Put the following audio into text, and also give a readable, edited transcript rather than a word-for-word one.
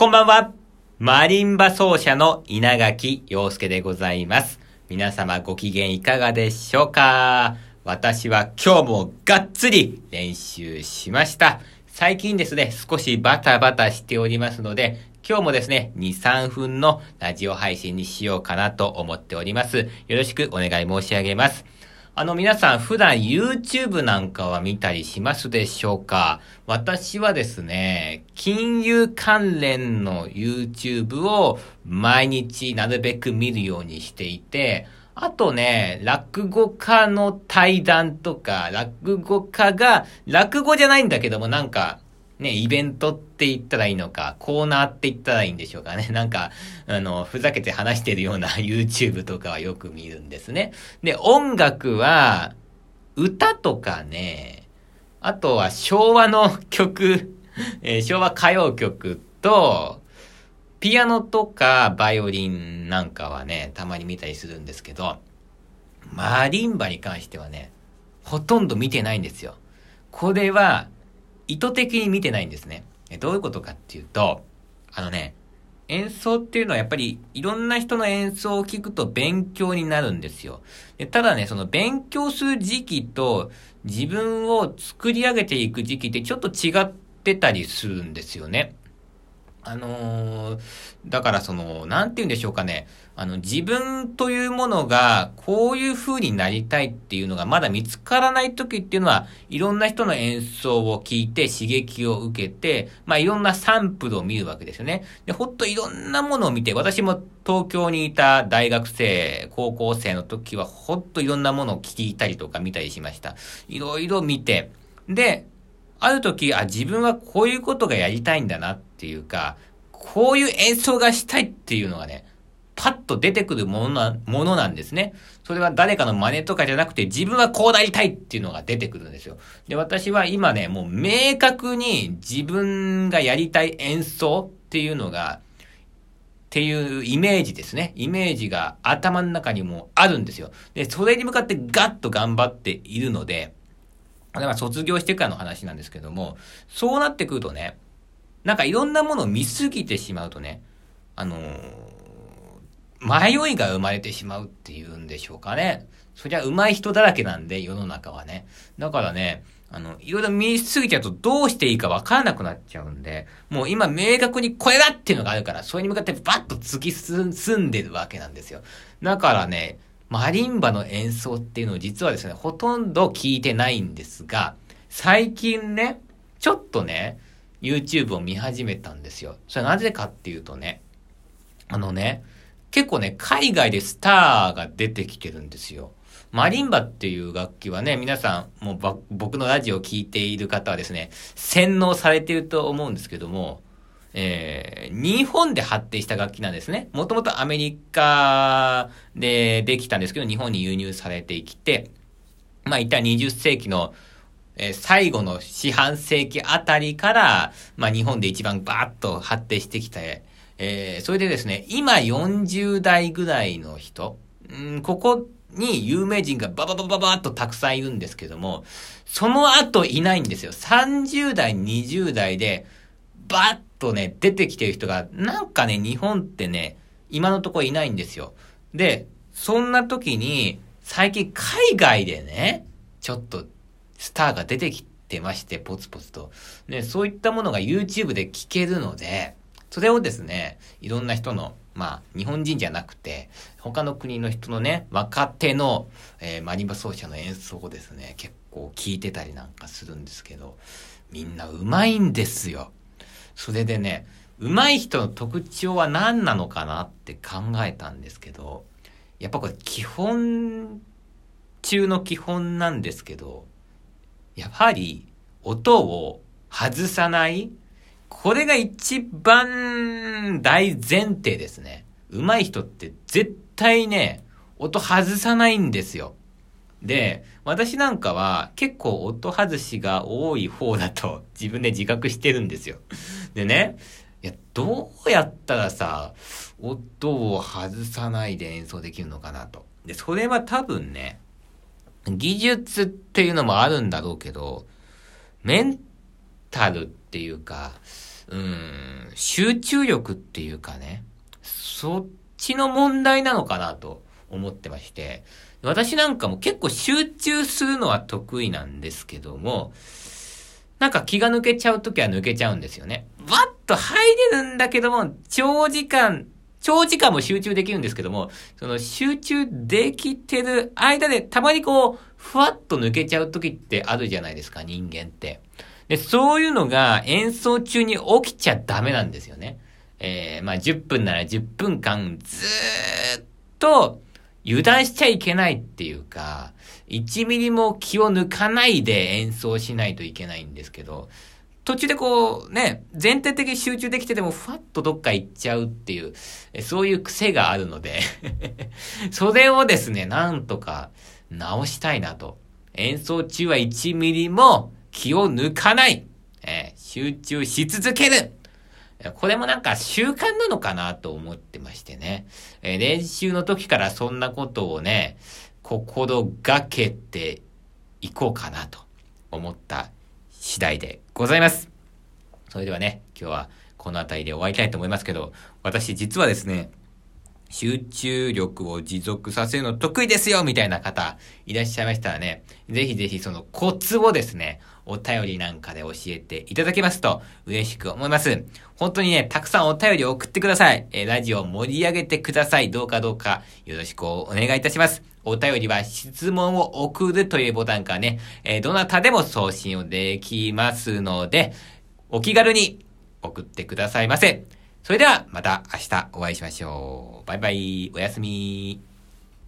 こんばんは。マリンバ奏者の稲垣陽介でございます。皆様ご機嫌いかがでしょうか？私は今日もがっつり練習しました。最近ですね、少しバタバタしておりますので、今日もですね、2、3分のラジオ配信にしようかなと思っております。よろしくお願い申し上げます。皆さん普段 YouTube なんかは見たりしますでしょうか？私はですね、金融関連の YouTube を毎日なるべく見るようにしていて、あとね、落語家の対談とか、落語家が、落語じゃないんだけどもなんか、ね、イベントって言ったらいいのか、コーナーって言ったらいいんでしょうかね。なんか、ふざけて話してるような YouTube とかはよく見るんですね。で、音楽は、歌とかね、あとは昭和の曲、昭和歌謡曲と、ピアノとかバイオリンなんかはね、たまに見たりするんですけど、マリンバに関してはね、ほとんど見てないんですよ。これは、意図的に見てないんですね。どういうことかっていうと、演奏っていうのはやっぱりいろんな人の演奏を聞くと勉強になるんですよ。ただね、その勉強する時期と自分を作り上げていく時期ってちょっと違ってたりするんですよね。だからなんて言うんでしょうかね。自分というものが、こういう風になりたいっていうのがまだ見つからない時っていうのは、いろんな人の演奏を聞いて刺激を受けて、いろんなサンプルを見るわけですよね。で、ほんといろんなものを見て、私も東京にいた大学生、高校生の時は、ほんといろんなものを聞いたりとか見たりしました。いろいろ見て、で、ある時、自分はこういうことがやりたいんだなっていうか、こういう演奏がしたいっていうのがね、パッと出てくるものなんですね。それは誰かの真似とかじゃなくて、自分はこうなりたいっていうのが出てくるんですよ。で、私は今ね、もう明確に自分がやりたい演奏っていうのが、っていうイメージですね。イメージが頭の中にもあるんですよ。で、それに向かってガッと頑張っているので、卒業してからの話なんですけども、そうなってくるとね、なんかいろんなものを見すぎてしまうとね、迷いが生まれてしまうっていうんでしょうかね。そりゃ上手い人だらけなんで、世の中はね。だからね、いろいろ見すぎちゃうとどうしていいかわからなくなっちゃうんで、もう今明確にこれだっていうのがあるから、それに向かってバッと突き進んでるわけなんですよ。だからね、マリンバの演奏っていうのを実はですね、ほとんど聞いてないんですが、最近ね、ちょっとね、YouTube を見始めたんですよ。それなぜかっていうとね、結構ね、海外でスターが出てきてるんですよ。マリンバっていう楽器はね、皆さん、もう僕のラジオを聞いている方はですね、洗脳されていると思うんですけども、日本で発展した楽器なんですね。もともとアメリカでできたんですけど、日本に輸入されてきて、一体20世紀の、最後の四半世紀あたりから、日本で一番バーッと発展してきて、それでですね、今40代ぐらいの人、ここに有名人がバババババーっとたくさんいるんですけども、その後いないんですよ。30代、20代で、バッとね、出てきてる人が、なんかね、日本ってね、今のところいないんですよ。で、そんな時に、最近海外でね、ちょっとスターが出てきてまして、ポツポツと。ね、そういったものが YouTube で聞けるので、それをですね、いろんな人の、日本人じゃなくて、他の国の人のね、若手の、マリンバ奏者の演奏をですね、結構聞いてたりなんかするんですけど、みんな上手いんですよ。それでね、上手い人の特徴は何なのかなって考えたんですけど、やっぱこれ基本中の基本なんですけど、やはり音を外さない、これが一番大前提ですね。上手い人って絶対ね、音外さないんですよ。で、私なんかは結構音外しが多い方だと自分で自覚してるんですよ。でね、どうやったらさ、音を外さないで演奏できるのかなと。で、それは多分ね、技術っていうのもあるんだろうけど、メンタルっていうか、 集中力っていうかね、そっちの問題なのかなと思ってまして、私なんかも結構集中するのは得意なんですけども、なんか気が抜けちゃうときは抜けちゃうんですよね。バッと入れるんだけども、長時間も集中できるんですけども、その集中できてる間でたまにこう、ふわっと抜けちゃうときってあるじゃないですか、人間って。で、そういうのが演奏中に起きちゃダメなんですよね。10分なら10分間ずーっと油断しちゃいけないっていうか、1ミリも気を抜かないで演奏しないといけないんですけど、途中でこうね、全体的に集中できててもふわっとどっか行っちゃうっていう、そういう癖があるのでそれをですね、なんとか直したいなと。演奏中は1ミリも気を抜かない。集中し続ける。これもなんか習慣なのかなと思ってましてね。練習の時からそんなことをね、心がけていこうかなと思った次第でございます。それではね、今日はこの辺りで終わりたいと思いますけど、私実はですね、集中力を持続させるの得意ですよみたいな方いらっしゃいましたらね、ぜひぜひそのコツをですね、お便りなんかで教えていただけますと嬉しく思います。本当にね、たくさんお便りを送ってください。ラジオを盛り上げてください。どうかよろしくお願いいたします。お便りは質問を送るというボタンからね、どなたでも送信をできますので、お気軽に送ってくださいませ。それではまた明日お会いしましょう。バイバイ。おやすみ。